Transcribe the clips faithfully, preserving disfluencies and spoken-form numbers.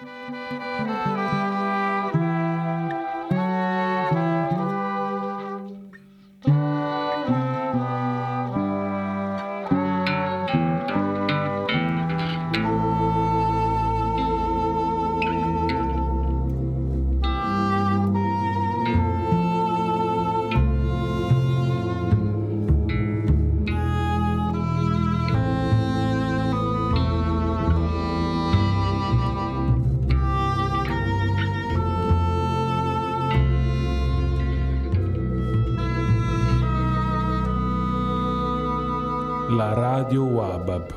La Radio Wabab.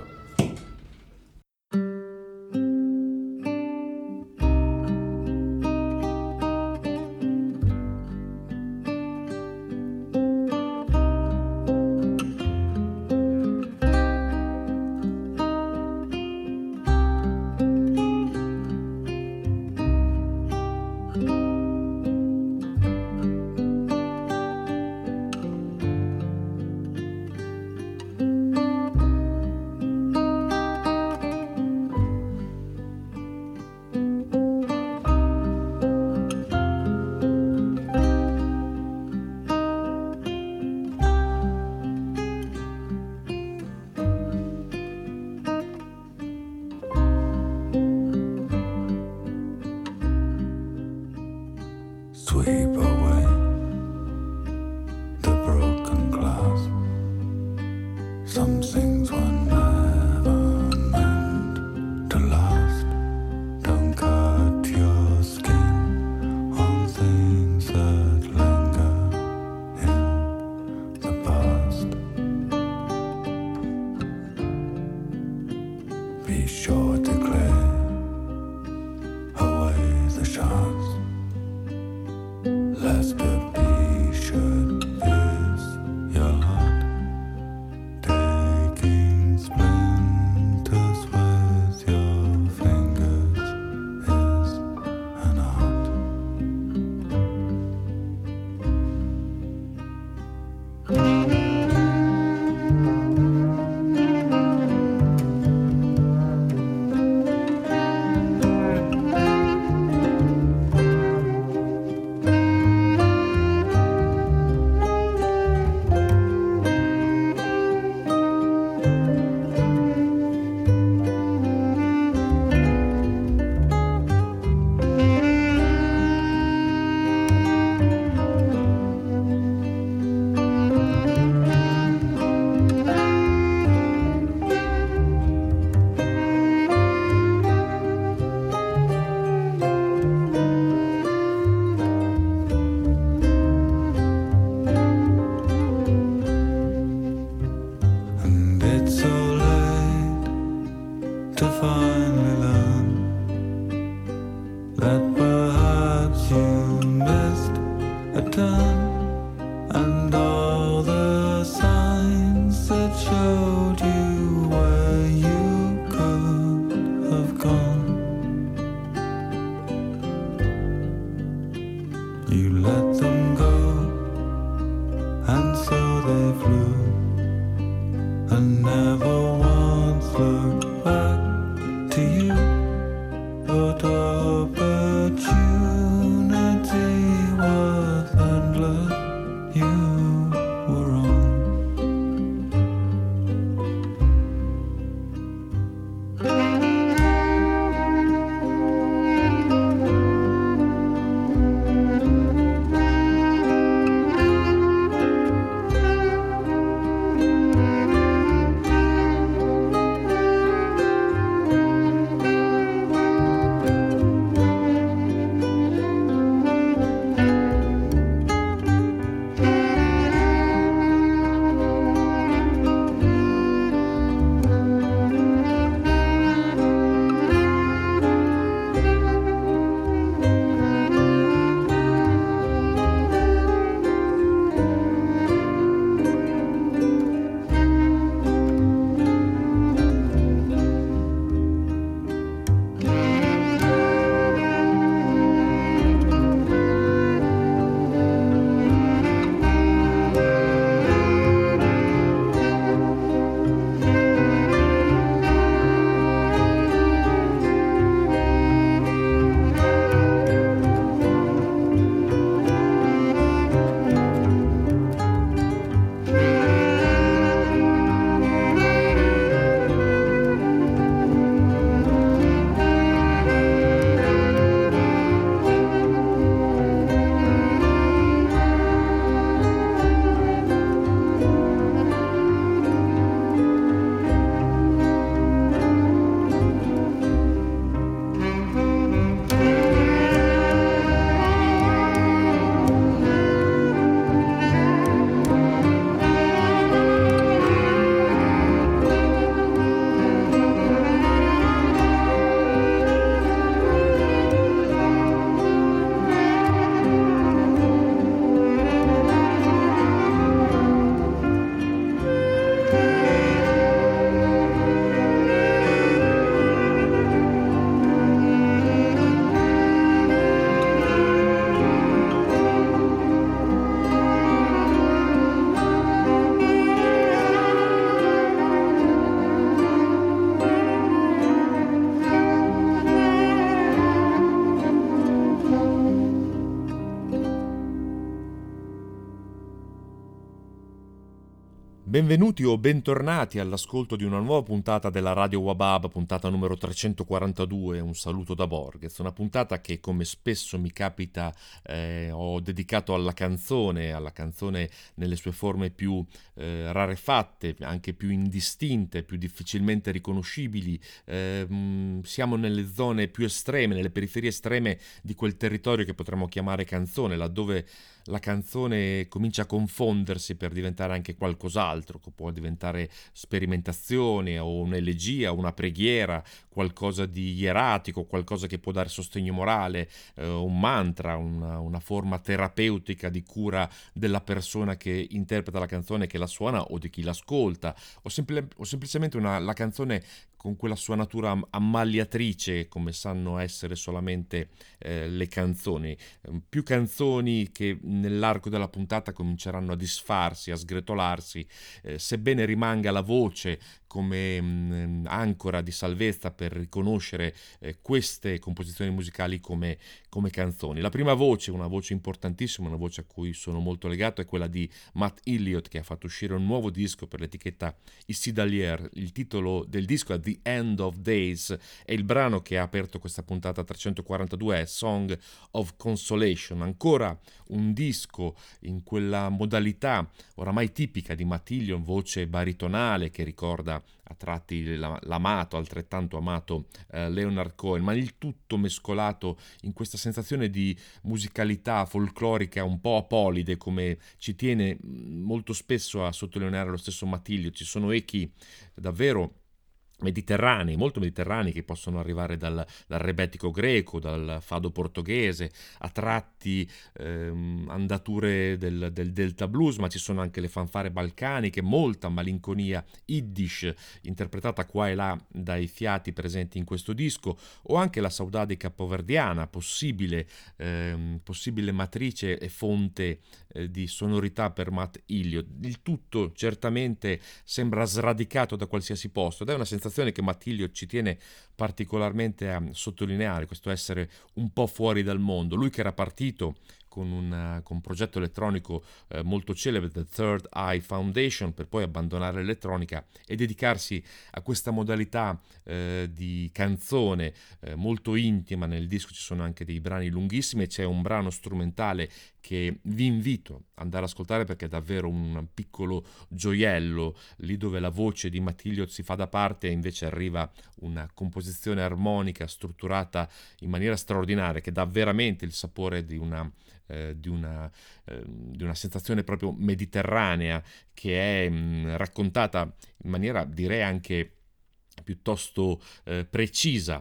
Benvenuti o bentornati all'ascolto di una nuova puntata della Radio Wabab, puntata numero trecentoquarantadue, un saluto da Borges, una puntata che, come spesso mi capita, eh, ho dedicato alla canzone, alla canzone nelle sue forme più eh, rarefatte, anche più indistinte, più difficilmente riconoscibili. Eh, mh, siamo nelle zone più estreme, nelle periferie estreme di quel territorio che potremmo chiamare canzone, laddove la canzone comincia a confondersi per diventare anche qualcos'altro, che può diventare sperimentazione o un'elegia, una preghiera, qualcosa di ieratico, qualcosa che può dare sostegno morale, eh, un mantra, una, una forma terapeutica di cura della persona che interpreta la canzone, che la suona o di chi l'ascolta, o, semple- o semplicemente una, la canzone con quella sua natura ammaliatrice, come sanno essere solamente eh, le canzoni. Più canzoni che nell'arco della puntata cominceranno a disfarsi, a sgretolarsi, eh, sebbene rimanga la voce come mh, ancora di salvezza per riconoscere eh, queste composizioni musicali come, come canzoni. La prima voce, una voce importantissima, una voce a cui sono molto legato, è quella di Matt Elliott, che ha fatto uscire un nuovo disco per l'etichetta Ici Dalier. Il titolo del disco è The End of Days e il brano che ha aperto questa puntata trecentoquarantadue è Song of Consolation. Ancora un disco in quella modalità oramai tipica di Matt Elliott, voce baritonale che ricorda a tratti l'amato, altrettanto amato eh, Leonard Cohen, ma il tutto mescolato in questa sensazione di musicalità folclorica un po' apolide, come ci tiene molto spesso a sottolineare lo stesso Matt Elliott. Ci sono echi davvero mediterranei, molto mediterranei, che possono arrivare dal, dal rebettico greco, dal fado portoghese, a tratti ehm, andature del, del delta blues, ma ci sono anche le fanfare balcaniche, molta malinconia yiddish interpretata qua e là dai fiati presenti in questo disco, o anche la saudade capoverdiana, possibile, ehm, possibile matrice e fonte eh, di sonorità per Matt Elliott. Il tutto certamente sembra sradicato da qualsiasi posto ed è una sensazione che Matt Elliott ci tiene particolarmente a sottolineare, questo essere un po' fuori dal mondo. Lui che era partito con un, con un progetto elettronico eh, molto celebre, The Third Eye Foundation, per poi abbandonare l'elettronica e dedicarsi a questa modalità eh, di canzone eh, molto intima. Nel disco ci sono anche dei brani lunghissimi e c'è un brano strumentale che vi invito ad andare ad ascoltare perché è davvero un piccolo gioiello, lì dove la voce di Matt Elliott si fa da parte e invece arriva una composizione armonica strutturata in maniera straordinaria che dà veramente il sapore di una Eh, di, una, eh, di una sensazione proprio mediterranea, che è mh, raccontata in maniera, direi, anche piuttosto eh, precisa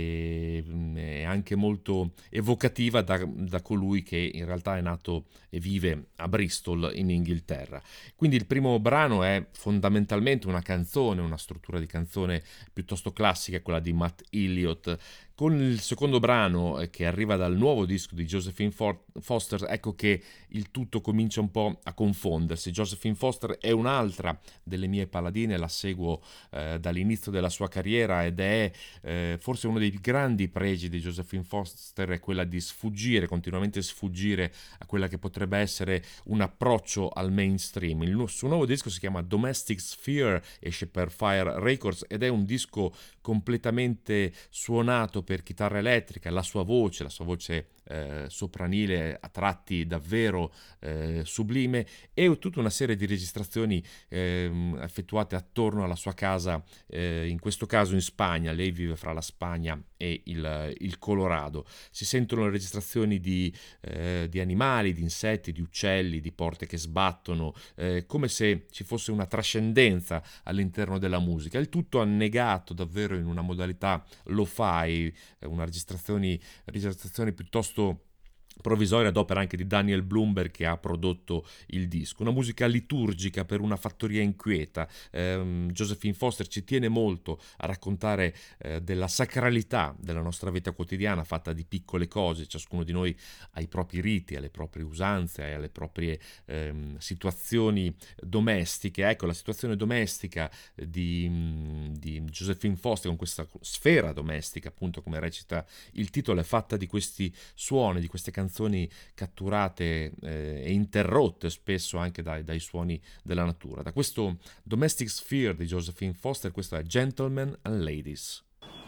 e, e anche molto evocativa da, da colui che in realtà è nato e vive a Bristol in Inghilterra. Quindi il primo brano è fondamentalmente una canzone, una struttura di canzone piuttosto classica, quella di Matt Elliott. Con il secondo brano, eh, che arriva dal nuovo disco di Josephine Foster, ecco che il tutto comincia un po' a confondersi. Josephine Foster è un'altra delle mie paladine, la seguo eh, dall'inizio della sua carriera ed è eh, forse uno dei grandi pregi di Josephine Foster, è quella di sfuggire, continuamente sfuggire a quella che potrebbe essere un approccio al mainstream. Il suo nuovo disco si chiama Domestic Sphere, esce per Fire Records ed è un disco completamente suonato per chitarra elettrica. La sua voce, la sua voce eh, sopranile a tratti davvero eh, sublime, e tutta una serie di registrazioni eh, effettuate attorno alla sua casa, eh, in questo caso in Spagna. Lei vive fra la Spagna e il, il Colorado. Si sentono le registrazioni di, eh, di animali, di insetti, di uccelli, di porte che sbattono, eh, come se ci fosse una trascendenza all'interno della musica. Il tutto annegato davvero in una modalità lo-fi, una registrazione, registrazione piuttosto provvisoria ad opera anche di Daniel Bloomberg, che ha prodotto il disco. Una musica liturgica per una fattoria inquieta. Eh, Josephine Foster ci tiene molto a raccontare eh, della sacralità della nostra vita quotidiana, fatta di piccole cose. Ciascuno di noi ha i propri riti, ha le proprie usanze, ha le proprie ehm, situazioni domestiche. Ecco, la situazione domestica di, di Josephine Foster, con questa sfera domestica, appunto, come recita il titolo, è fatta di questi suoni, di queste canzoni canzoni catturate eh, e interrotte spesso anche dai, dai suoni della natura. Da questo Domestic Sphere di Josephine Foster, questo è Gentlemen and Ladies.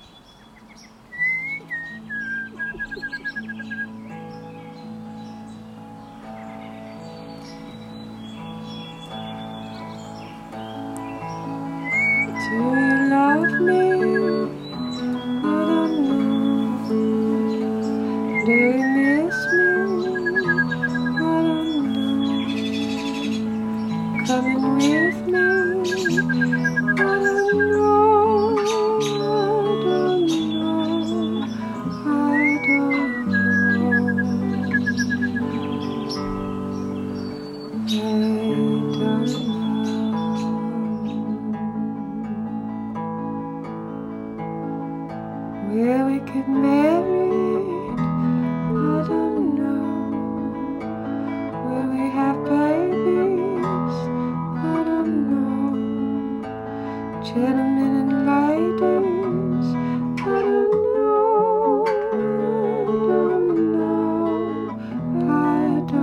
Do you love me? I don't know. Do you miss me? I don't know. Coming with me? I don't know. I don't know. I don't know. I don't know. Where we get married, I don't know. Where we have babies, I don't know. Gentlemen and ladies, I don't know. I don't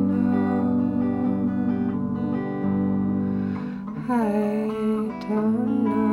know. I don't know. I don't know.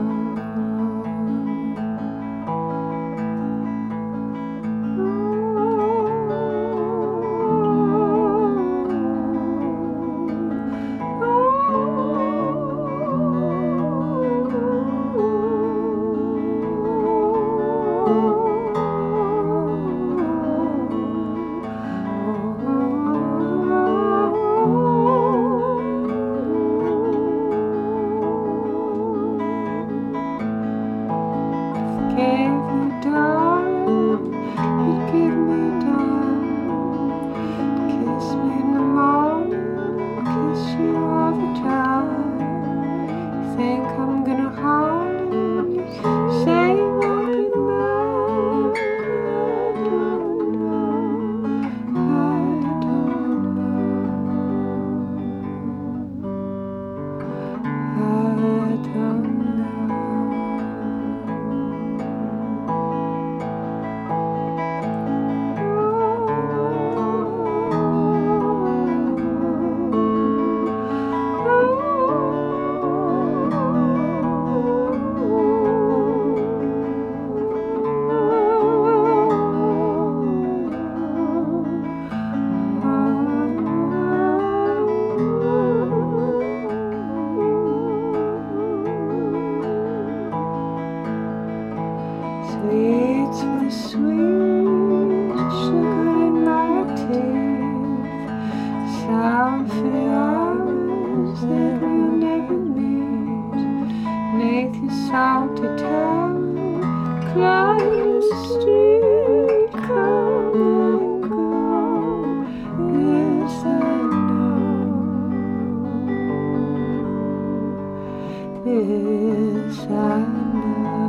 Sweets for the sweet, sugar in my teeth, sound for the hours that we'll never meet. Beneath your salty tower, climb the street, come and go. Yes, I know. Yes, I know.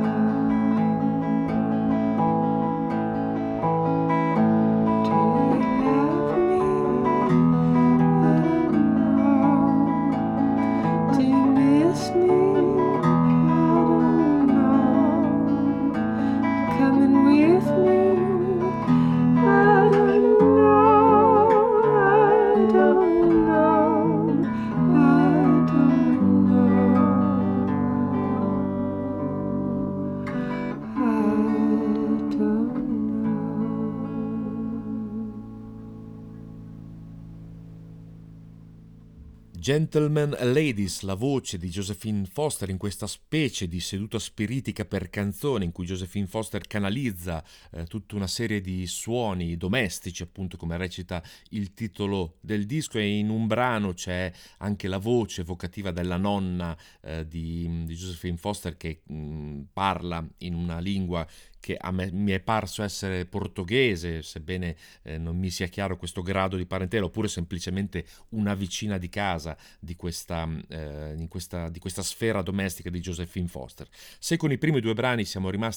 Gentlemen and Ladies, la voce di Josephine Foster in questa specie di seduta spiritica per canzone in cui Josephine Foster canalizza eh, tutta una serie di suoni domestici, appunto come recita il titolo del disco, e in un brano c'è anche la voce evocativa della nonna eh, di, di Josephine Foster che mh, parla in una lingua che a me mi è parso essere portoghese, sebbene eh, non mi sia chiaro questo grado di parentela, oppure semplicemente una vicina di casa di questa, eh, in questa, di questa sfera domestica di Josephine Foster. Se con i primi due brani siamo rimasti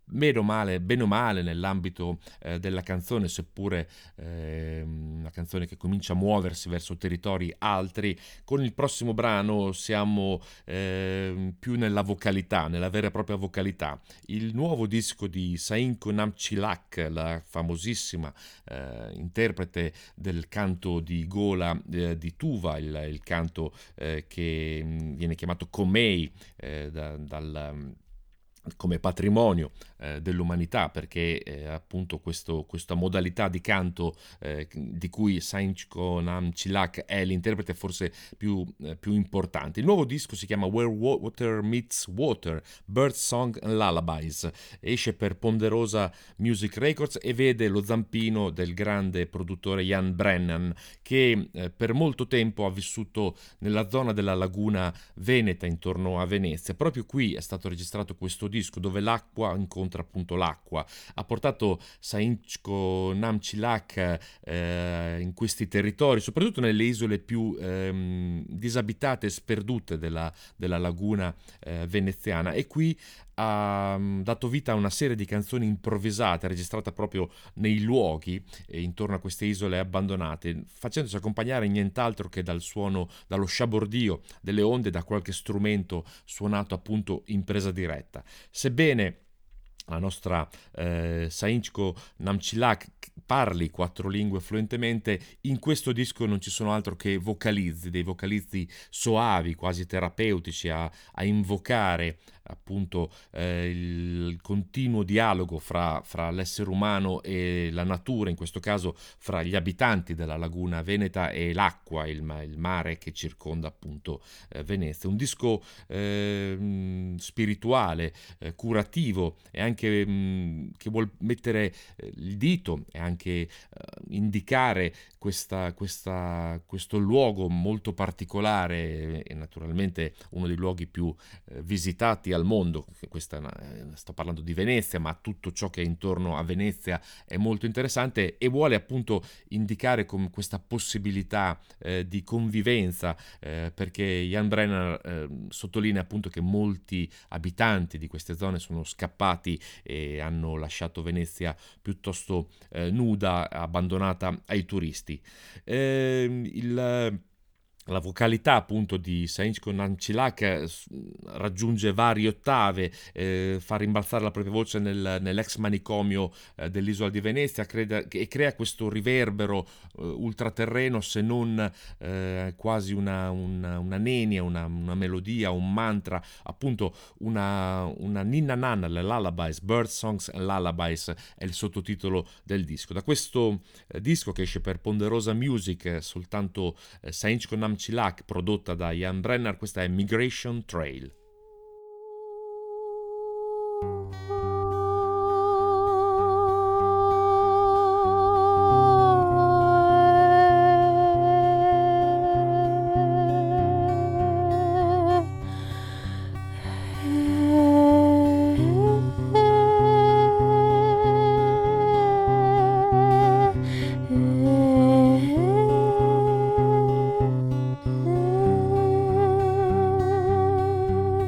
meno male, bene o male nell'ambito eh, della canzone, seppure eh, una canzone che comincia a muoversi verso territori altri. Con il prossimo brano siamo eh, più nella vocalità, nella vera e propria vocalità. Il nuovo disco di Sainko Namchilak, la famosissima eh, interprete del canto di gola eh, di Tuva, il, il canto eh, che mh, viene chiamato Komei eh, da, dal come patrimonio eh, dell'umanità, perché eh, appunto questo, questa modalità di canto eh, di cui Sainchko Namchilak è l'interprete forse più, eh, più importante. Il nuovo disco si chiama Where Water Meets Water, Bird Song and Lullabies, esce per Ponderosa Music Records e vede lo zampino del grande produttore Jan Brennan, che eh, per molto tempo ha vissuto nella zona della laguna veneta intorno a Venezia. Proprio qui è stato registrato questo disco dove l'acqua incontra appunto l'acqua. Ha portato Sainchko Namchilak eh, in questi territori, soprattutto nelle isole più ehm, disabitate e sperdute della, della laguna eh, veneziana, e qui ha dato vita a una serie di canzoni improvvisate registrate proprio nei luoghi eh, intorno a queste isole abbandonate, facendosi accompagnare nient'altro che dal suono, dallo sciabordio delle onde, da qualche strumento suonato appunto in presa diretta. Sebbene la nostra eh, Sainchko Namchilak parli quattro lingue fluentemente, in questo disco non ci sono altro che vocalizzi, dei vocalizzi soavi, quasi terapeutici, a, a invocare appunto eh, il continuo dialogo fra, fra l'essere umano e la natura, in questo caso fra gli abitanti della laguna veneta e l'acqua, il, il mare che circonda appunto eh, Venezia. Un disco eh, spirituale, eh, curativo e anche mh, che vuol mettere eh, il dito e anche eh, indicare questa, questa, questo luogo molto particolare e naturalmente uno dei luoghi più eh, visitati al mondo. Questa, eh, sto parlando di Venezia, ma tutto ciò che è intorno a Venezia è molto interessante, e vuole appunto indicare com- questa possibilità eh, di convivenza, eh, perché Jan Brenner eh, sottolinea appunto che molti abitanti di queste zone sono scappati e hanno lasciato Venezia piuttosto eh, nuda, abbandonata ai turisti. Eh, il La vocalità appunto di Sainchko Namchilak raggiunge varie ottave, eh, fa rimbalzare la propria voce nel, nell'ex manicomio eh, dell'isola di Venezia, creda, e crea questo riverbero eh, ultraterreno, se non eh, quasi una, una, una nenia, una, una melodia, un mantra, appunto una, una ninna nanna, le lullabies, Bird Songs and Lullabies è il sottotitolo del disco. Da questo eh, disco, che esce per Ponderosa Music, eh, soltanto eh, Sainchko Namchilak, prodotta da Jan Brenner, questa è Migration Trail. Thank you.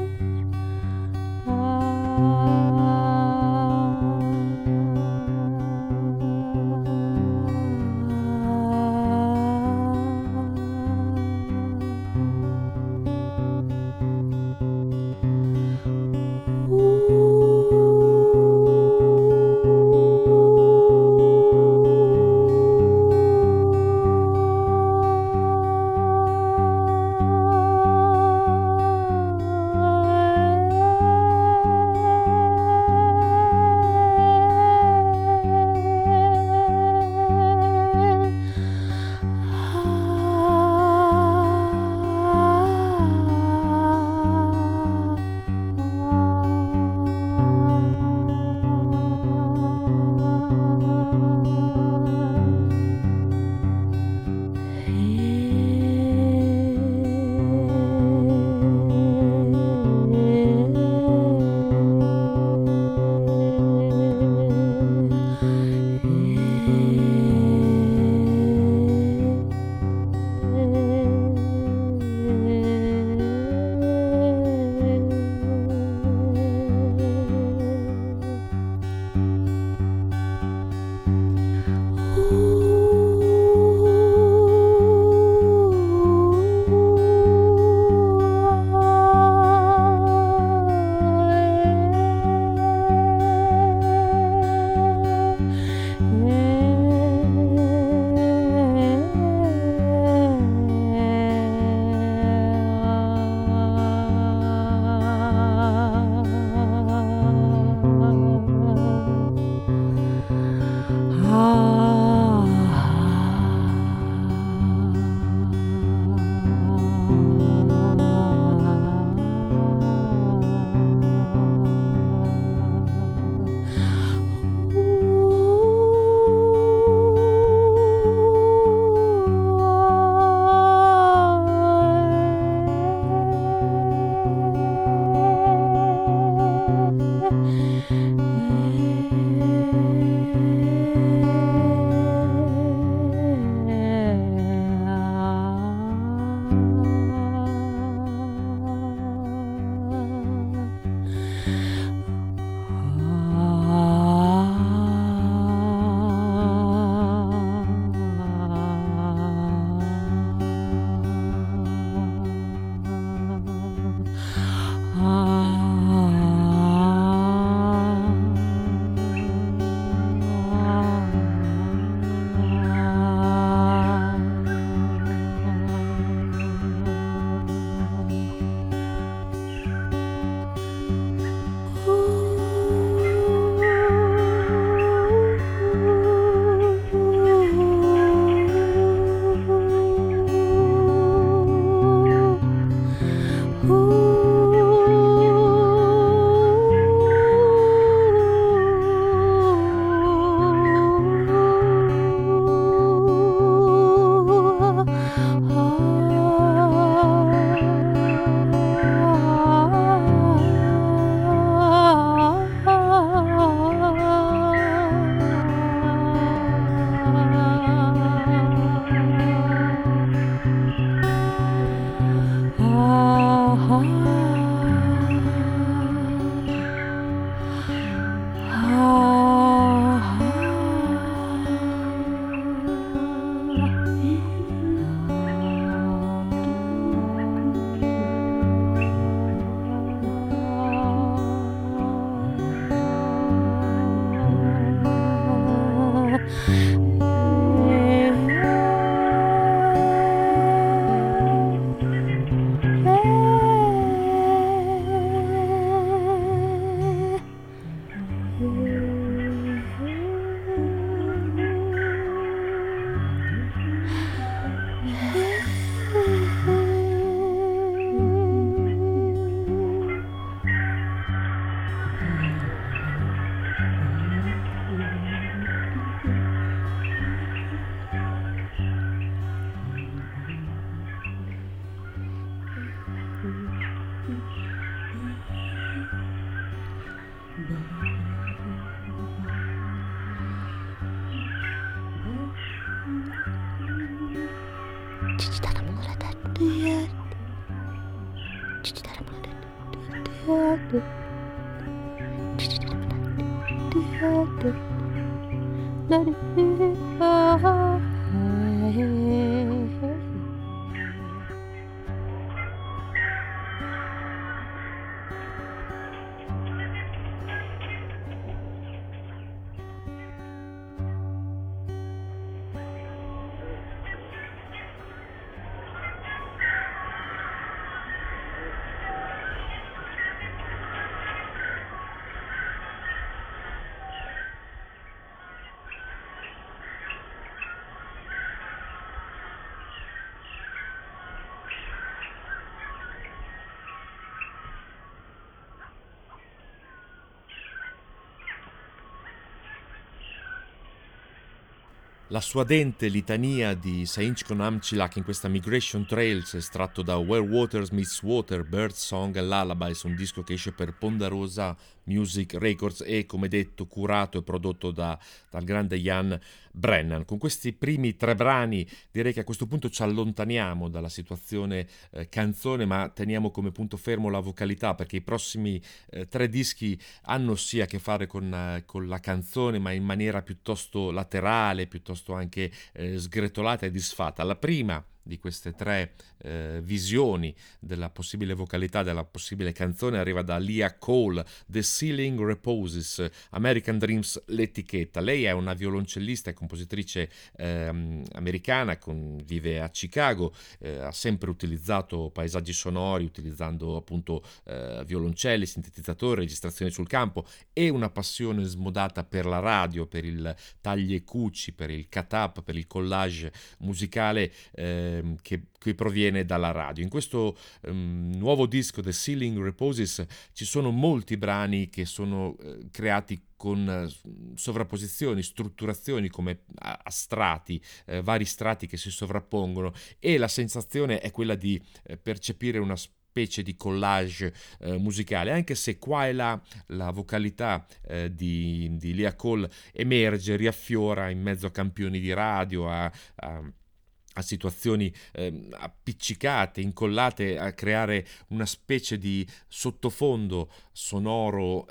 La suadente litania di Sainchkon Amchilak in questa Migration Trails, estratto da Where Waters Meets Water, Bird Song and Lullabies, un disco che esce per Ponderosa Music Records e, come detto, curato e prodotto da, dal grande Jan Brennan. Con questi primi tre brani direi che a questo punto ci allontaniamo dalla situazione eh, canzone, ma teniamo come punto fermo la vocalità, perché i prossimi eh, tre dischi hanno sì a che fare con, eh, con la canzone, ma in maniera piuttosto laterale, piuttosto anche eh, sgretolata e disfatta. La prima di queste tre eh, visioni della possibile vocalità, della possibile canzone, arriva da Leah Cole, The Ceiling Reposes, American Dreams l'etichetta. Lei è una violoncellista e compositrice eh, americana, con, vive a Chicago, eh, ha sempre utilizzato paesaggi sonori, utilizzando appunto eh, violoncelli, sintetizzatori, registrazioni sul campo, e una passione smodata per la radio, per il tagli e cuci, per il cut-up, per il collage musicale eh, Che, che proviene dalla radio. In questo um, nuovo disco The Ceiling Reposes ci sono molti brani che sono eh, creati con uh, sovrapposizioni, strutturazioni come a, a strati, eh, vari strati che si sovrappongono, e la sensazione è quella di eh, percepire una specie di collage eh, musicale, anche se qua e là la vocalità eh, di, di Leah Cole emerge, riaffiora in mezzo a campioni di radio, a, a a situazioni eh, appiccicate, incollate, a creare una specie di sottofondo sonoro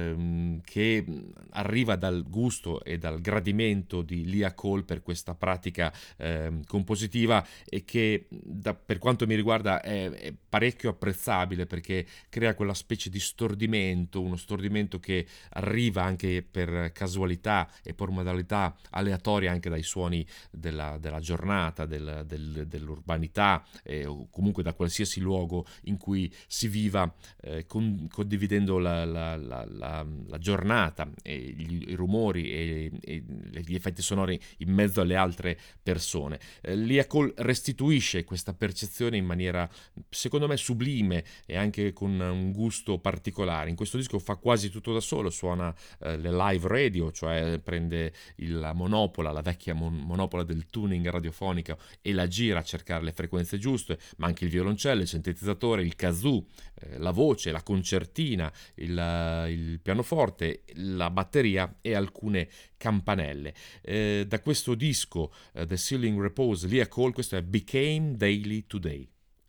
eh, che arriva dal gusto e dal gradimento di Leah Cole per questa pratica eh, compositiva, e che da, per quanto mi riguarda è, è parecchio apprezzabile, perché crea quella specie di stordimento, uno stordimento che arriva anche per casualità e per modalità aleatoria anche dai suoni della, della giornata, Del, del, dell'urbanità eh, o comunque da qualsiasi luogo in cui si viva, eh, con, condividendo la, la, la, la, la giornata e gli, i rumori e, e gli effetti sonori in mezzo alle altre persone. Eh, Leah Cole restituisce questa percezione in maniera secondo me sublime e anche con un gusto particolare. In questo disco fa quasi tutto da solo, suona eh, le live radio, cioè prende il, la monopola, la vecchia mon- monopola del tuning radiofonico, e la gira a cercare le frequenze giuste, ma anche il violoncello, il sintetizzatore, il kazoo, eh, la voce, la concertina, il, il pianoforte, la batteria e alcune campanelle. Eh, da questo disco eh, The Ceiling Repose, Leah Cole, questo è Became Daily Today.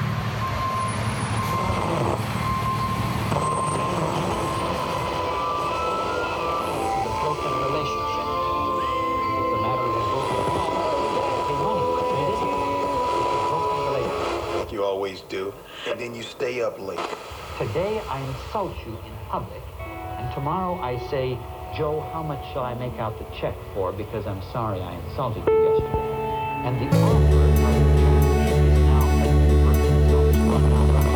Do, and then you stay up late. Today I insult you in public, and tomorrow I say Joe, how much shall I make out the check for? Because I'm sorry I insulted you yesterday. And the offer of the transaction is now open for consumption.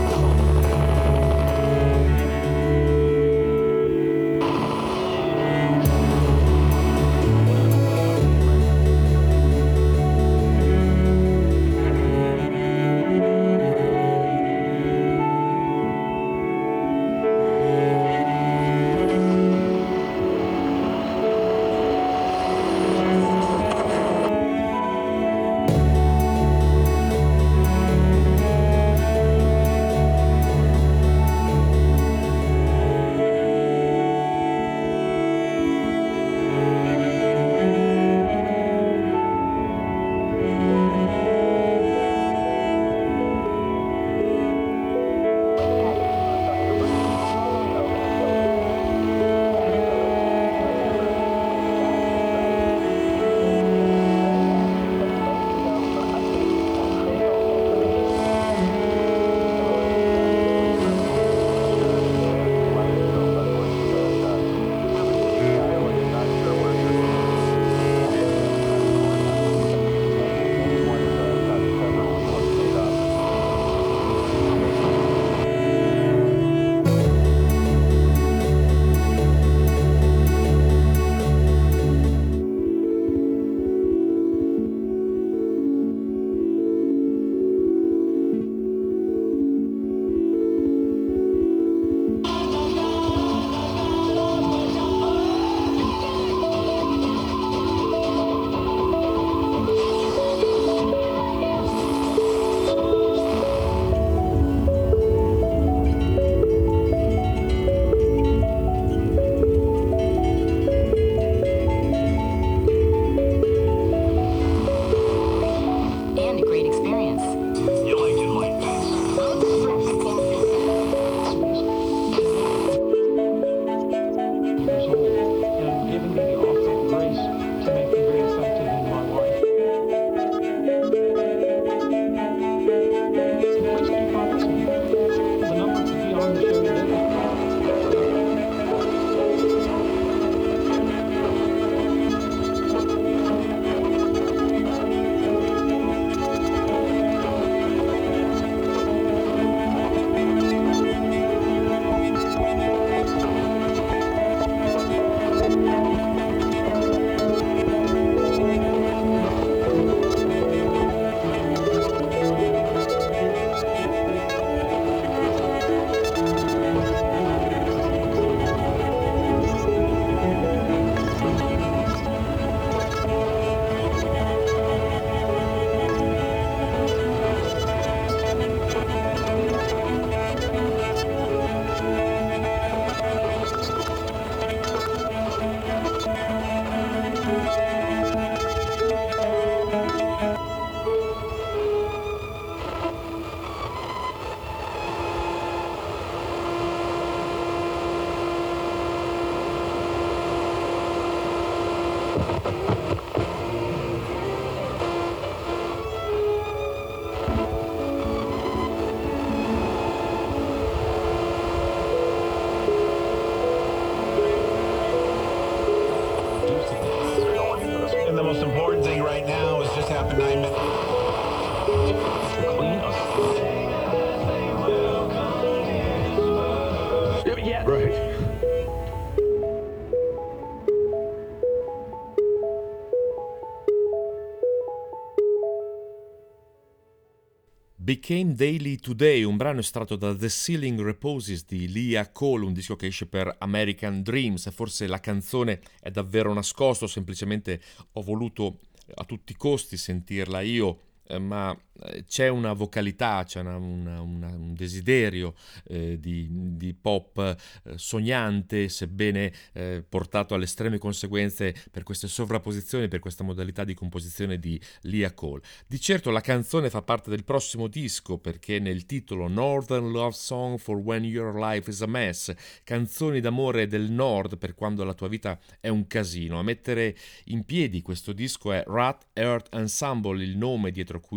Became Daily Today, un brano estratto da The Ceiling Reposes di Leah Cole, un disco che esce per American Dreams. Forse la canzone è davvero nascosta, semplicemente ho voluto a tutti i costi sentirla io, eh, ma c'è una vocalità, c'è una, una, una, un desiderio eh, di, di pop eh, sognante, sebbene eh, portato alle estreme conseguenze per queste sovrapposizioni, per questa modalità di composizione di Leah Cole. Di certo la canzone fa parte del prossimo disco, perché nel titolo Northern Love Song for When Your Life is a Mess, canzoni d'amore del nord per quando la tua vita è un casino. A mettere in piedi questo disco è Rat Earth Ensemble, il nome dietro cui si celebra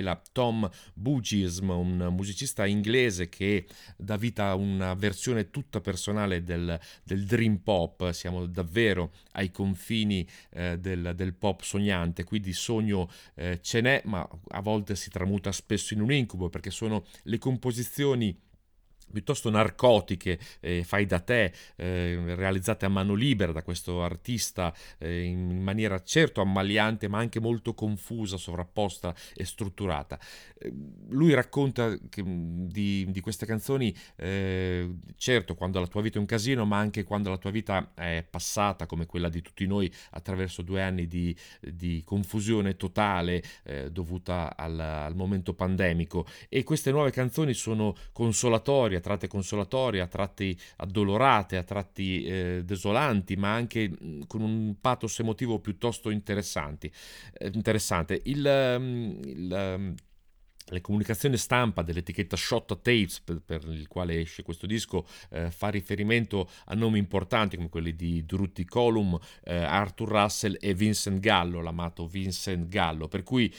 rivela Tom Bugism, un musicista inglese che dà vita a una versione tutta personale del, del dream pop. Siamo davvero ai confini eh, del, del pop sognante, qui di sogno eh, ce n'è, ma a volte si tramuta spesso in un incubo, perché sono le composizioni piuttosto narcotiche, eh, fai da te, eh, realizzate a mano libera da questo artista eh, in maniera certo ammaliante ma anche molto confusa, sovrapposta e strutturata. Eh, lui racconta che, di, di queste canzoni eh, certo quando la tua vita è un casino, ma anche quando la tua vita è passata, come quella di tutti noi, attraverso due anni di, di confusione totale eh, dovuta al, al momento pandemico, e queste nuove canzoni sono consolatorie, a tratti consolatorie, a tratti addolorate, a tratti eh, desolanti, ma anche mh, con un pathos emotivo piuttosto interessanti, eh, interessante. Il, um, il um, le comunicazioni stampa dell'etichetta Shot Tapes, per, per il quale esce questo disco, eh, fa riferimento a nomi importanti come quelli di Dorothy Colum, eh, Arthur Russell e Vincent Gallo, l'amato Vincent Gallo, per cui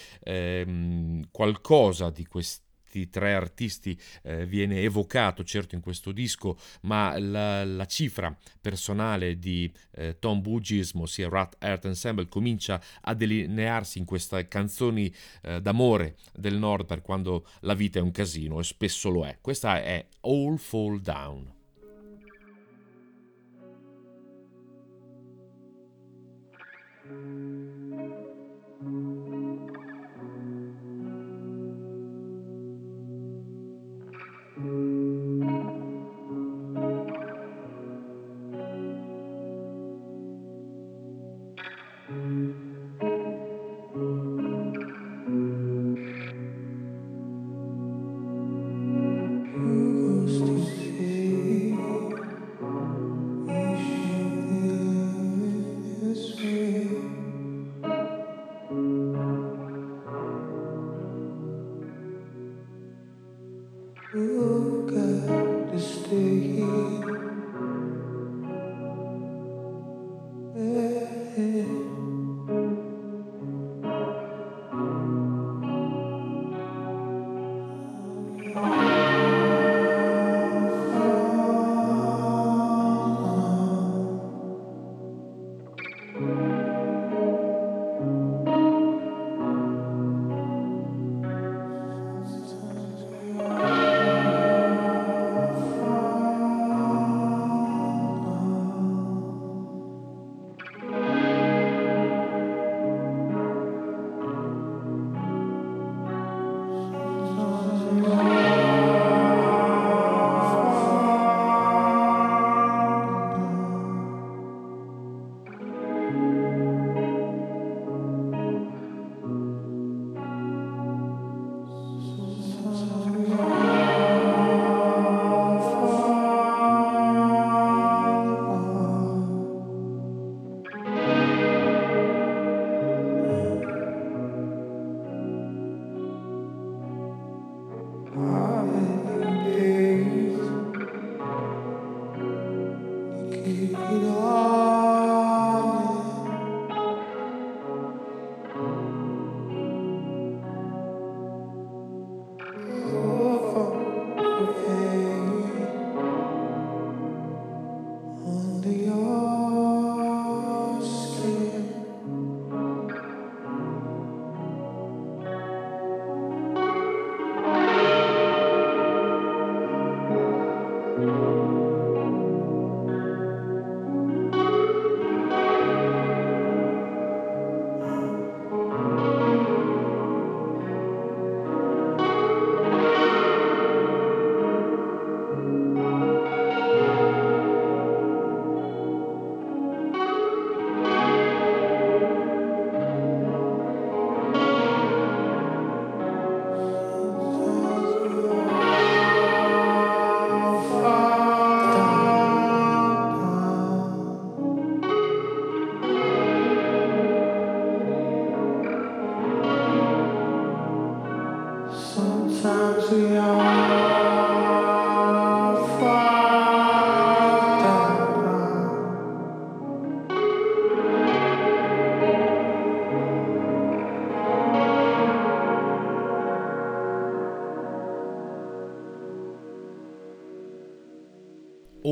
ehm, qualcosa di questi tre artisti eh, viene evocato certo in questo disco, ma la, la cifra personale di eh, Tom Bugism, ossia Rat Earth Ensemble, comincia a delinearsi in queste canzoni eh, d'amore del nord per quando la vita è un casino, e spesso lo è. Questa è All Fall Down. Yeah.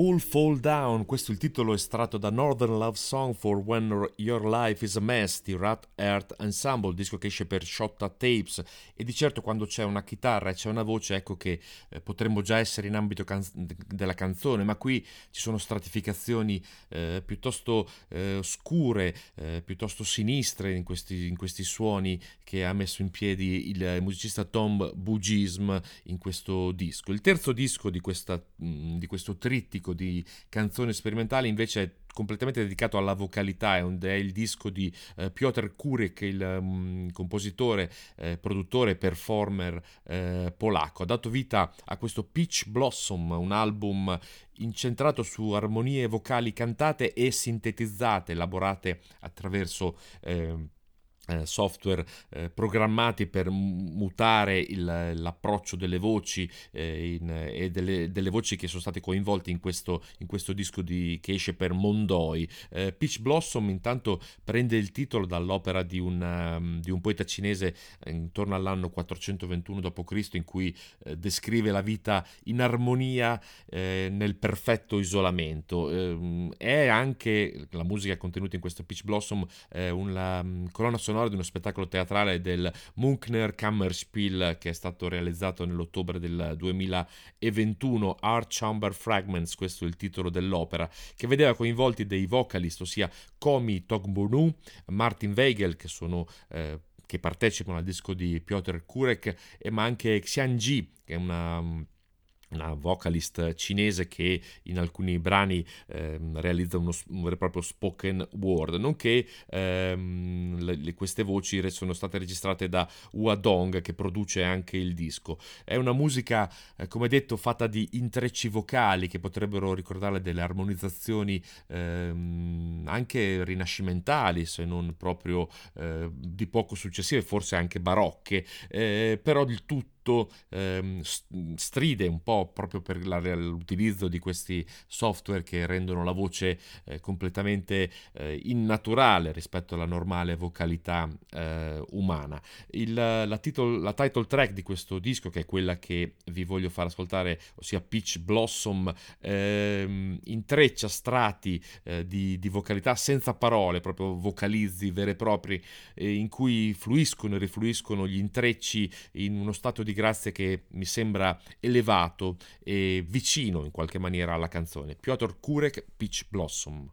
All Fall Down, questo è il titolo estratto da Northern Love Song for When Your Life is a Mess di Rat Earth Ensemble, disco che esce per Shotta Tapes. E di certo quando c'è una chitarra e c'è una voce, ecco che eh, potremmo già essere in ambito can- della canzone, ma qui ci sono stratificazioni eh, piuttosto eh, scure, eh, piuttosto sinistre in questi, in questi suoni che ha messo in piedi il musicista Tom Bugism in questo disco. Il terzo disco di, questa, di questo trittico di canzoni sperimentali invece è completamente dedicato alla vocalità, è, un, è il disco di eh, Piotr Kurek, il um, compositore, eh, produttore, performer eh, polacco. Ha dato vita a questo Peach Blossom, un album incentrato su armonie vocali cantate e sintetizzate, elaborate attraverso eh, Eh, software eh, programmati per mutare il, l'approccio delle voci eh, in, e delle, delle voci che sono state coinvolte in questo, in questo disco di, che esce per Mondoi. eh, Peach Blossom intanto prende il titolo dall'opera di un, um, di un poeta cinese eh, intorno all'anno quattrocentoventuno dopo Cristo, in cui eh, descrive la vita in armonia eh, nel perfetto isolamento. Eh, è anche la musica contenuta in questo Peach Blossom eh, una um, colonna sonora di uno spettacolo teatrale del Munchner Kammerspiel che è stato realizzato nell'ottobre del duemilaventuno, Art Chamber Fragments, questo è il titolo dell'opera, che vedeva coinvolti dei vocalist, ossia Komi Togbonu, Martin Weigel, che sono eh, che partecipano al disco di Piotr Kurek, e ma anche Xian Ji, che è una una vocalist cinese che in alcuni brani ehm, realizza uno, un vero e proprio spoken word, nonché ehm, le, le, queste voci sono state registrate da Hua Dong, che produce anche il disco. È una musica, eh, come detto, fatta di intrecci vocali che potrebbero ricordare delle armonizzazioni ehm, anche rinascimentali, se non proprio eh, di poco successive, forse anche barocche, eh, però il tutto Ehm, stride un po' proprio per la, l'utilizzo di questi software che rendono la voce eh, completamente eh, innaturale rispetto alla normale vocalità eh, umana. Il, la, titolo, la title track di questo disco, che è quella che vi voglio far ascoltare, ossia Peach Blossom, ehm, intreccia strati eh, di, di vocalità senza parole, proprio vocalizzi veri e propri, eh, in cui fluiscono e rifluiscono gli intrecci in uno stato di grazia che mi sembra elevato e vicino in qualche maniera alla canzone. Piotr Kurek, Peach Blossom.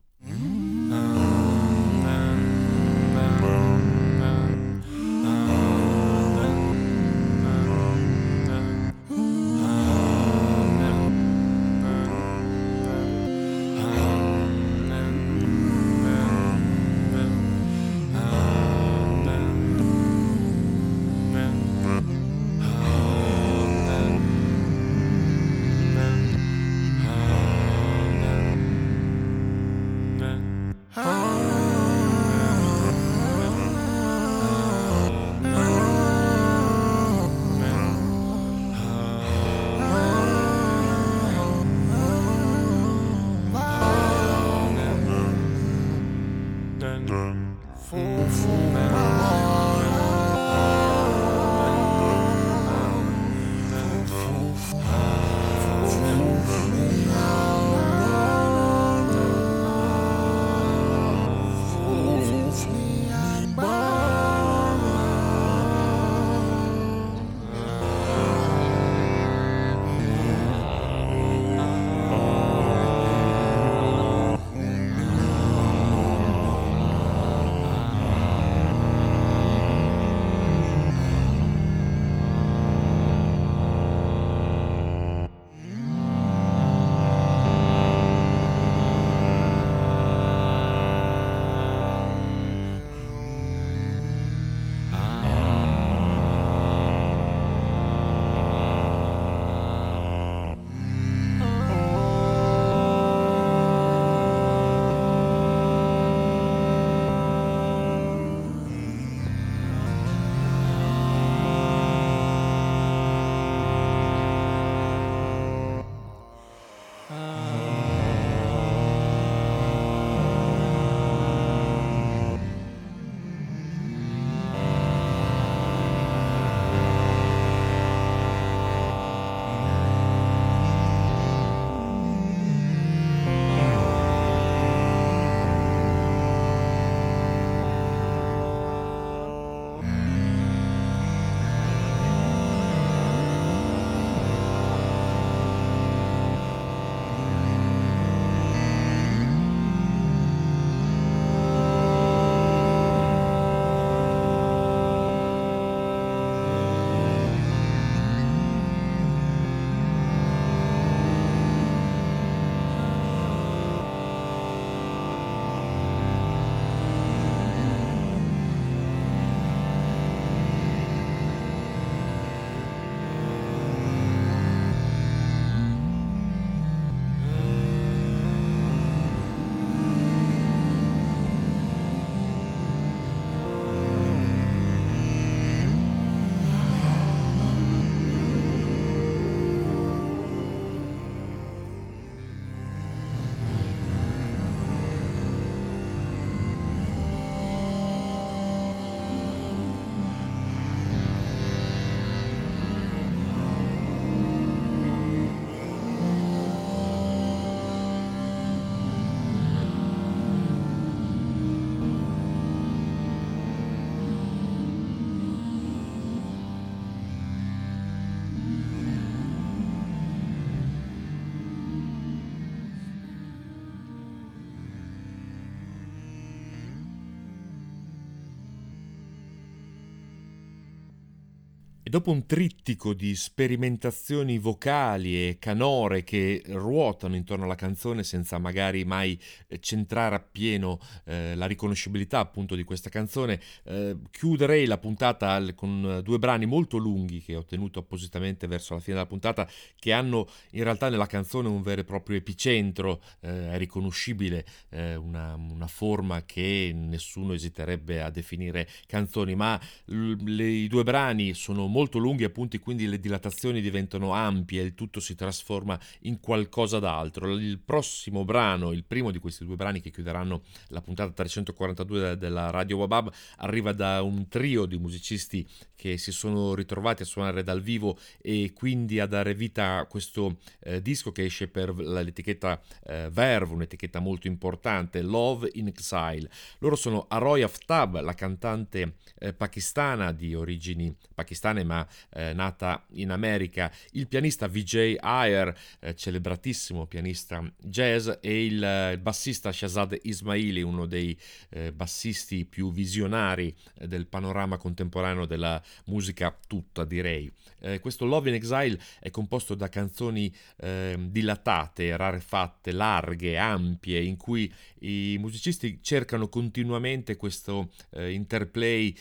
E dopo un trittico di sperimentazioni vocali e canore che ruotano intorno alla canzone senza magari mai eh, centrare appieno eh, la riconoscibilità appunto di questa canzone, eh, chiuderei la puntata al- con due brani molto lunghi che ho tenuto appositamente verso la fine della puntata, che hanno in realtà nella canzone un vero e proprio epicentro, eh, è riconoscibile, eh, una, una forma che nessuno esiterebbe a definire canzoni, ma l- le- i due brani sono molto lunghi appunto, e quindi le dilatazioni diventano ampie e il tutto si trasforma in qualcosa d'altro. Il prossimo brano, il primo di questi due brani che chiuderanno la puntata trecentoquarantadue de- della Radio Wabab, arriva da un trio di musicisti che si sono ritrovati a suonare dal vivo e quindi a dare vita a questo eh, disco che esce per l'etichetta eh, Verve, un'etichetta molto importante, Love in Exile. Loro sono Aroy Aftab, la cantante eh, pakistana di origini pakistane ma eh, nata in America, il pianista Vijay Iyer, eh, celebratissimo pianista jazz, e il, eh, il bassista Shahzad Ismaili, uno dei eh, bassisti più visionari eh, del panorama contemporaneo della musica tutta, direi. Eh, questo Love in Exile è composto da canzoni eh, dilatate, rarefatte, larghe, ampie, in cui i musicisti cercano continuamente questo eh, interplay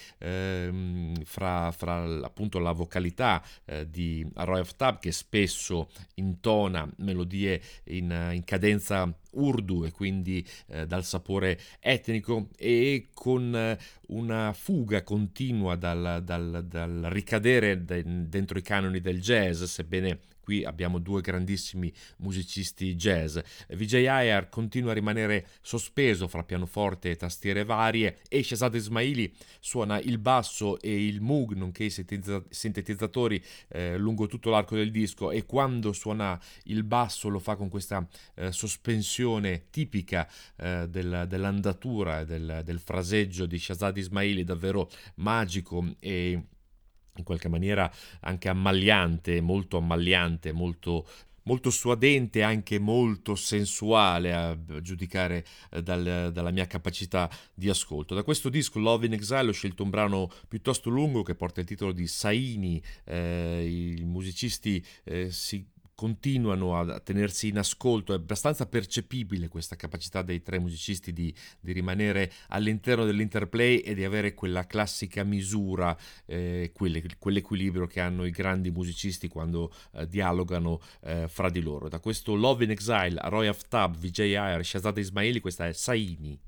ehm, fra, fra appunto la vocalità eh, di Aroy Aftab, che spesso intona melodie in, in cadenza urdu e quindi eh, dal sapore etnico, e con eh, una fuga continua dal, dal, dal ricadere de- dentro i canoni del jazz, sebbene qui abbiamo due grandissimi musicisti jazz. Vijay Iyer continua a rimanere sospeso fra pianoforte e tastiere varie, e Shahzad Ismaili suona il basso e il Moog, nonché i sintetizza- sintetizzatori eh, lungo tutto l'arco del disco, e quando suona il basso lo fa con questa eh, sospensione tipica eh, del, dell'andatura, del, del fraseggio di Shahzad Ismaili, davvero magico e in qualche maniera anche ammagliante, molto ammagliante, molto molto suadente, anche molto sensuale a giudicare eh, dal- dalla mia capacità di ascolto. Da questo disco Love in Exile ho scelto un brano piuttosto lungo che porta il titolo di Saini. Eh, i musicisti eh, si continuano a tenersi in ascolto, è abbastanza percepibile questa capacità dei tre musicisti di, di rimanere all'interno dell'interplay e di avere quella classica misura, eh, quelle- quell'equilibrio che hanno i grandi musicisti quando eh, dialogano eh, fra di loro. Da questo Love in Exile, Aroy Aftab, Vijay Iyer, Shahzad Ismaili, questa è Saini.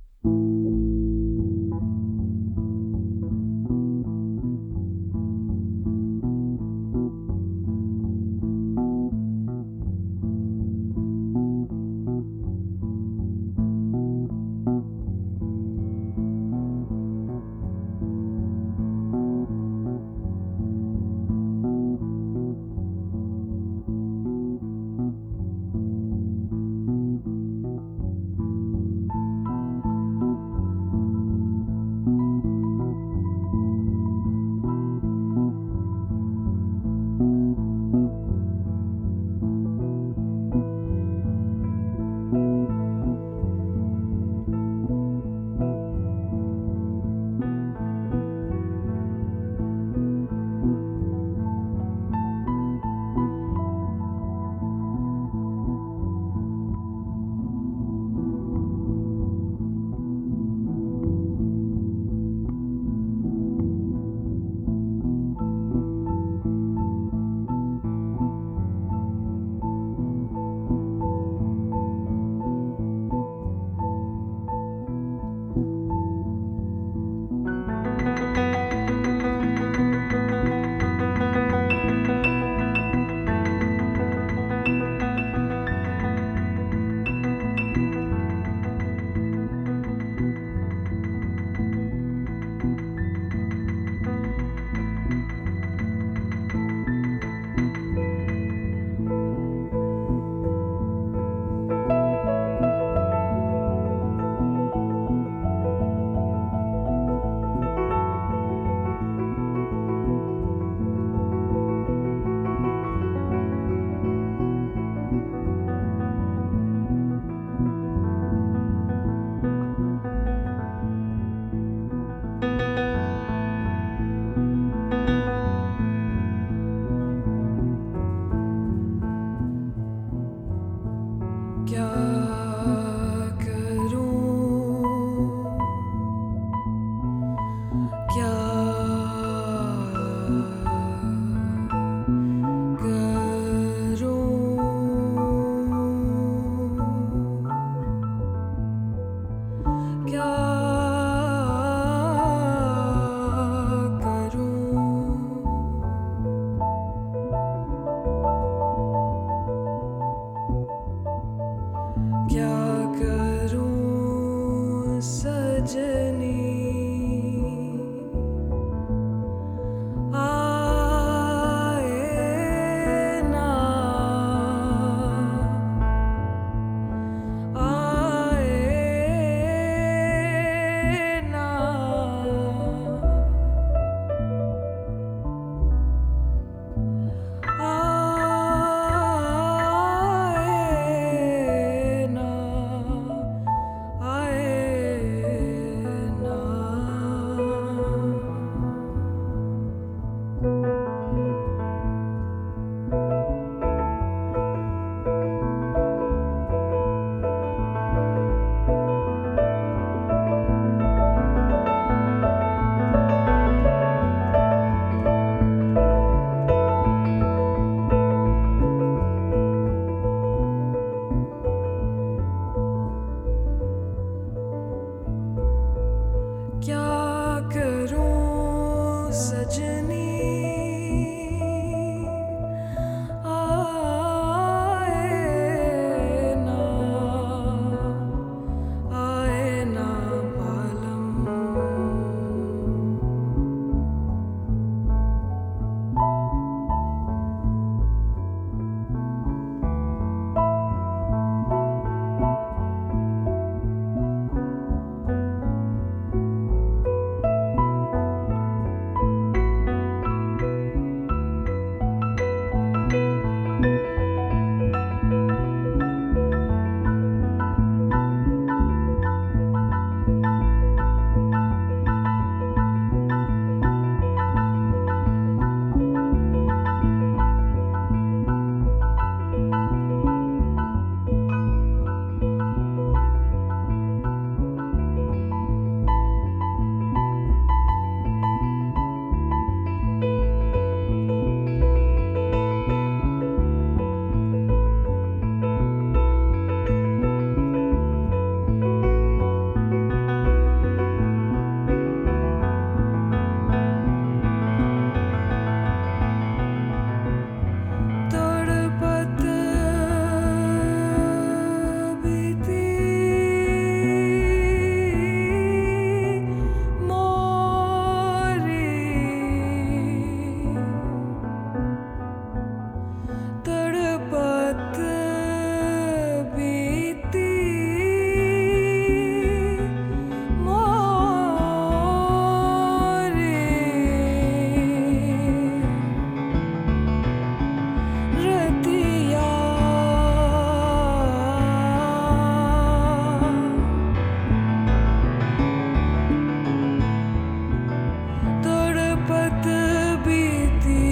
तड़पत बीती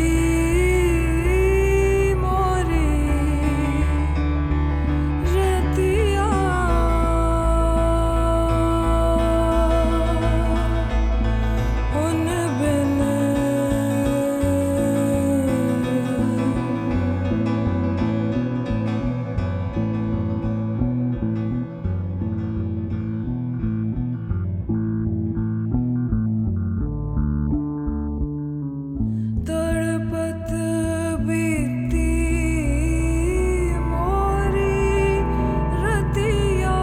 मोरी रतिया उन बिन तड़पत बीती मोरी रतिया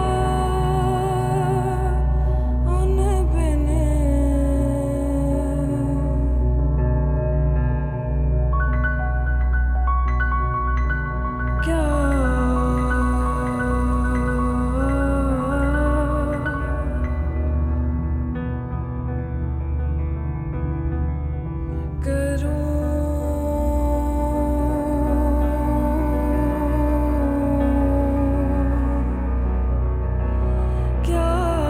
उन बिन क्या करूं क्या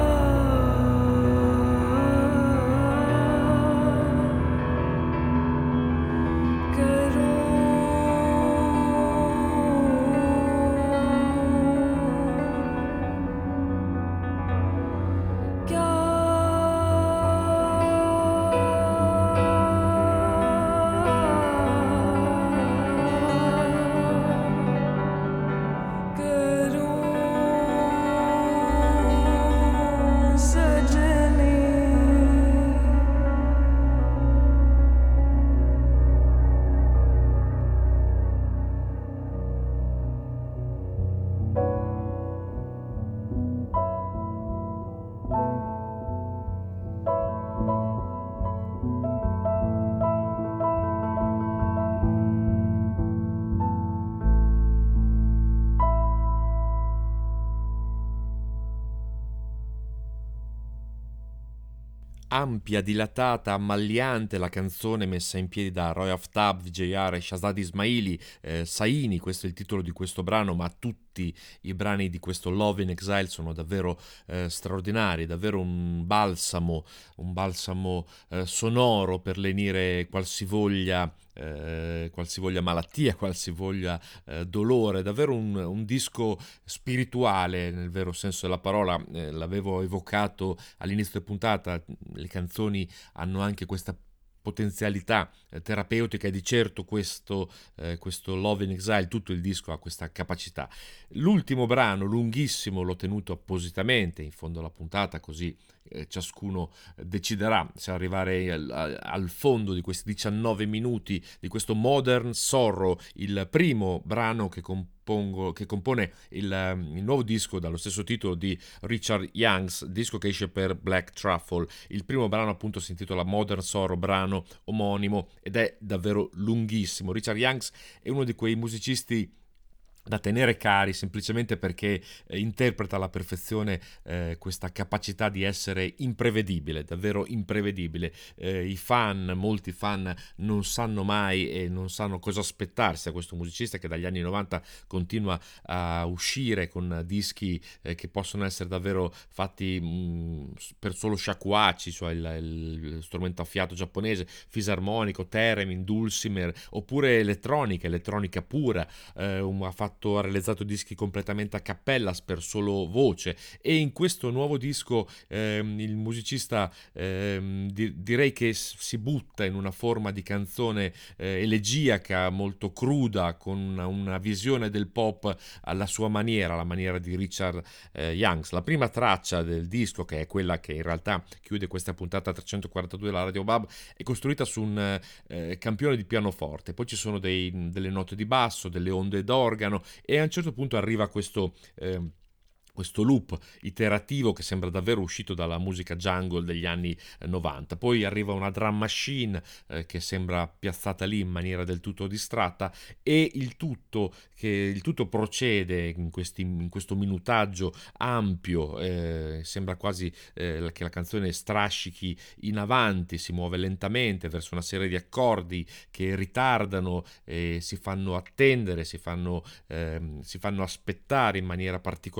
करूं क्या करूं सजनी Ampia, dilatata, ammagliante la canzone messa in piedi da Roy Aftab, Vijayar e Shahzad Ismaili, eh, Saini, questo è il titolo di questo brano, ma tutti i brani di questo Love in Exile sono davvero eh, straordinari, davvero un balsamo, un balsamo eh, sonoro per lenire qualsivoglia Eh, qualsivoglia malattia, qualsivoglia eh, dolore, davvero un, un disco spirituale nel vero senso della parola. Eh, l'avevo evocato all'inizio della puntata, le canzoni hanno anche questa potenzialità eh, terapeutica e di certo questo, eh, questo Love in Exile, tutto il disco ha questa capacità. L'ultimo brano, lunghissimo, l'ho tenuto appositamente in fondo alla puntata, così eh, ciascuno deciderà se arrivare al, al fondo di questi diciannove minuti di questo Modern Sorrow, il primo brano che compongo, che compone il, il nuovo disco dallo stesso titolo di Richard Youngs, disco che esce per Black Truffle. Il primo brano appunto si intitola Modern Sorrow, brano omonimo, ed è davvero lunghissimo. Richard Youngs è uno di quei musicisti da tenere cari semplicemente perché eh, interpreta alla perfezione eh, questa capacità di essere imprevedibile, davvero imprevedibile. Eh, i fan, molti fan non sanno mai e non sanno cosa aspettarsi a questo musicista che dagli anni novanta continua a uscire con dischi eh, che possono essere davvero fatti mh, per solo shakuhachi, cioè il, il strumento a fiato giapponese, fisarmonico, theremin, dulcimer, oppure elettronica, elettronica pura. Eh, un, ha fatto ha realizzato dischi completamente a cappella per solo voce, e in questo nuovo disco ehm, il musicista ehm, di, direi che si butta in una forma di canzone eh, elegiaca, molto cruda, con una, una visione del pop alla sua maniera, la maniera di Richard eh, Youngs. La prima traccia del disco, che è quella che in realtà chiude questa puntata trecentoquarantadue della Radio Bab, è costruita su un eh, campione di pianoforte, poi ci sono dei, delle note di basso, delle onde d'organo, e a un certo punto arriva questo eh, questo loop iterativo che sembra davvero uscito dalla musica jungle degli anni novanta. Poi arriva una drum machine eh, che sembra piazzata lì in maniera del tutto distratta, e il tutto che il tutto procede in, questi, in questo minutaggio ampio. Eh, sembra quasi eh, che la canzone strascichi in avanti, si muove lentamente verso una serie di accordi che ritardano e si fanno attendere, si fanno, eh, si fanno aspettare in maniera particolare.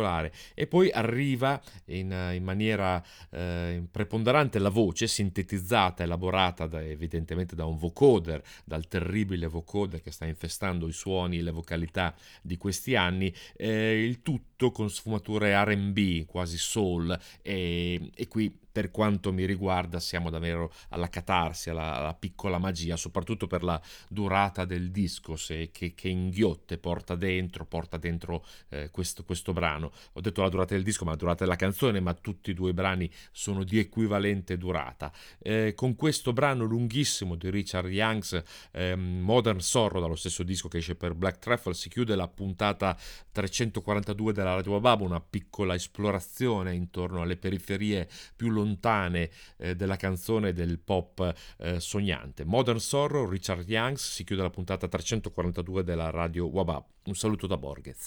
E poi arriva in, in maniera eh, preponderante la voce sintetizzata, elaborata da, evidentemente da un vocoder, dal terribile vocoder che sta infestando i suoni e le vocalità di questi anni, eh, il tutto con sfumature R and B, quasi soul, e, e qui per quanto mi riguarda siamo davvero alla catarsi, alla, alla piccola magia, soprattutto per la durata del disco, se, che, che inghiotte, porta dentro, porta dentro eh, questo, questo brano. Ho detto la durata del disco, ma la durata della canzone, ma tutti e due i brani sono di equivalente durata. Eh, con questo brano lunghissimo di Richard Youngs, eh, Modern Sorrow, dallo stesso disco che esce per Black Truffle, si chiude la puntata trecentoquarantadue della Radio Wabab, una piccola esplorazione intorno alle periferie più lontane eh, della canzone del pop eh, sognante. Modern Sorrow, Richard Youngs, si chiude la puntata trecentoquarantadue della Radio Wabab. Un saluto da Borghez.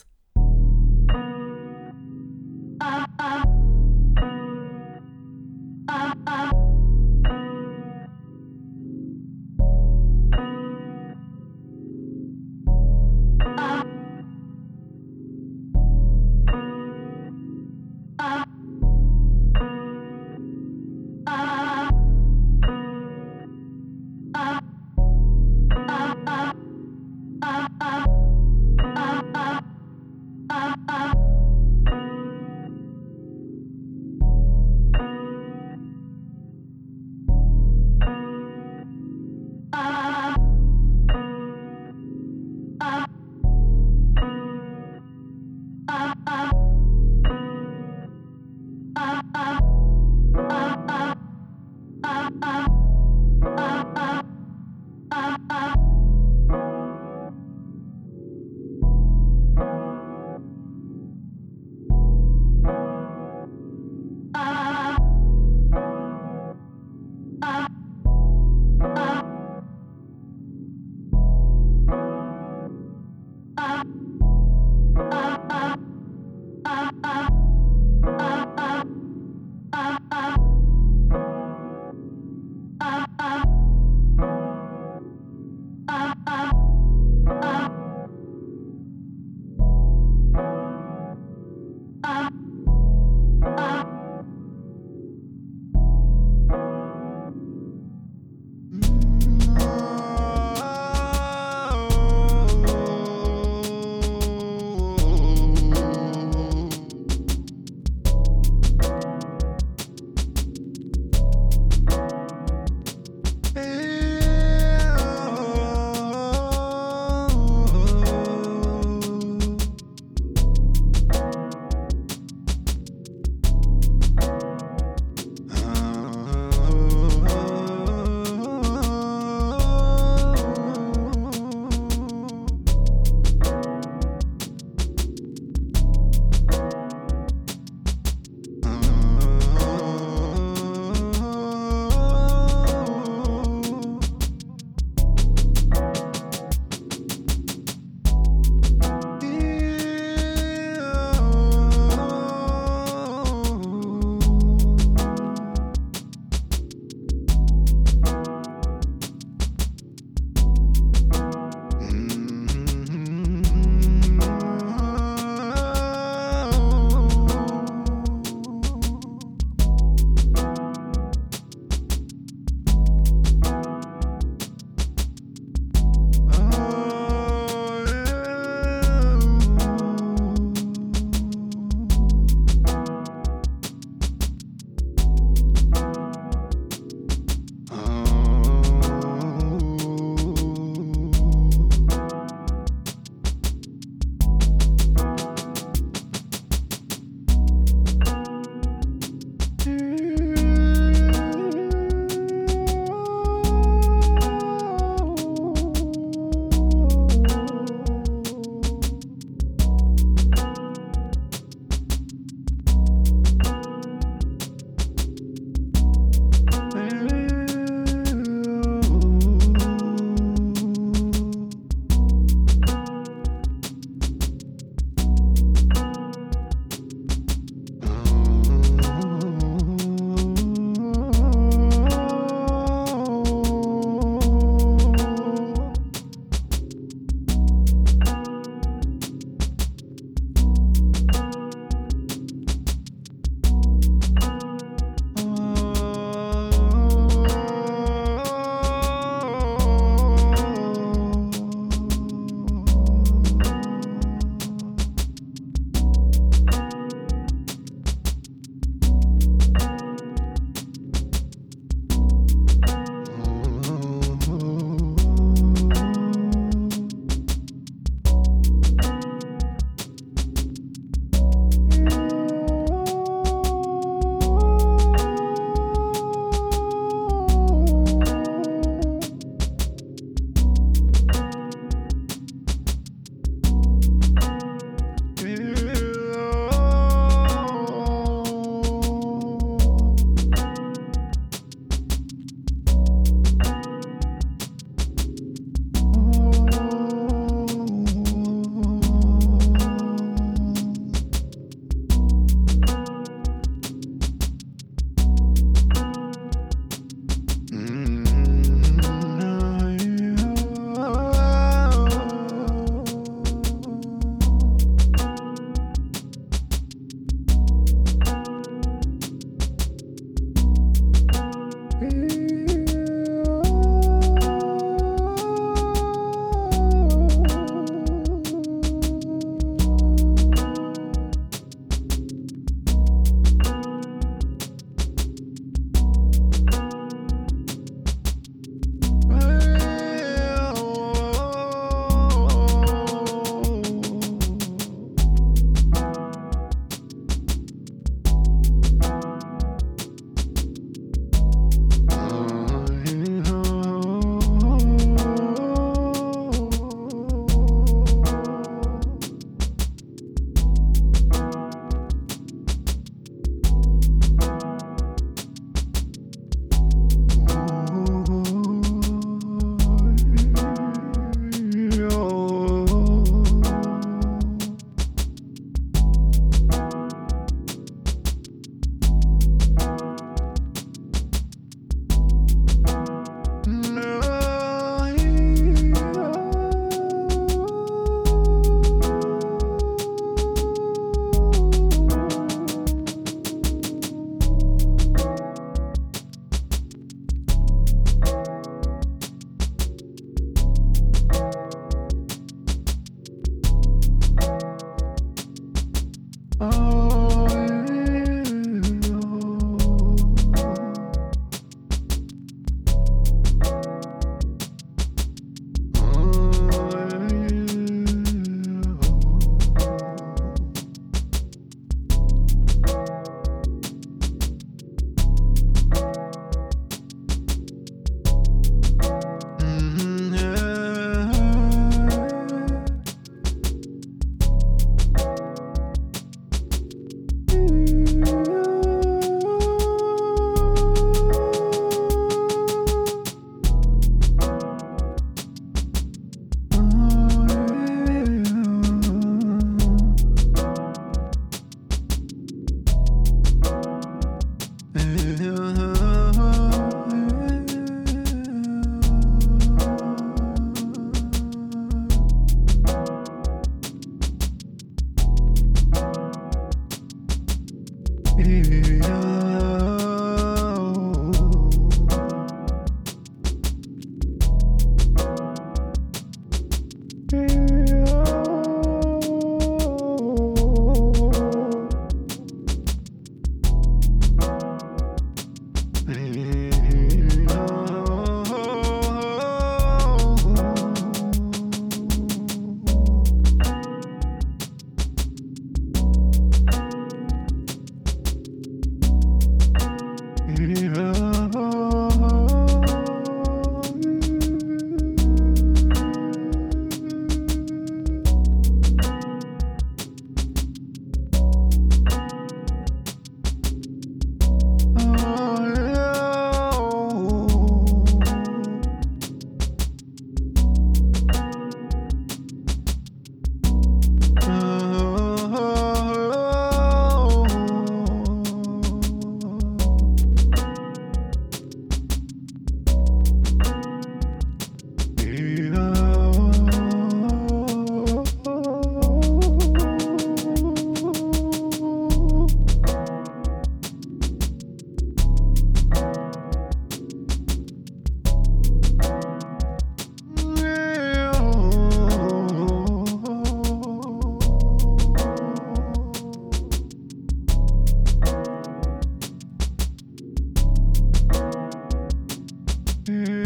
Mm.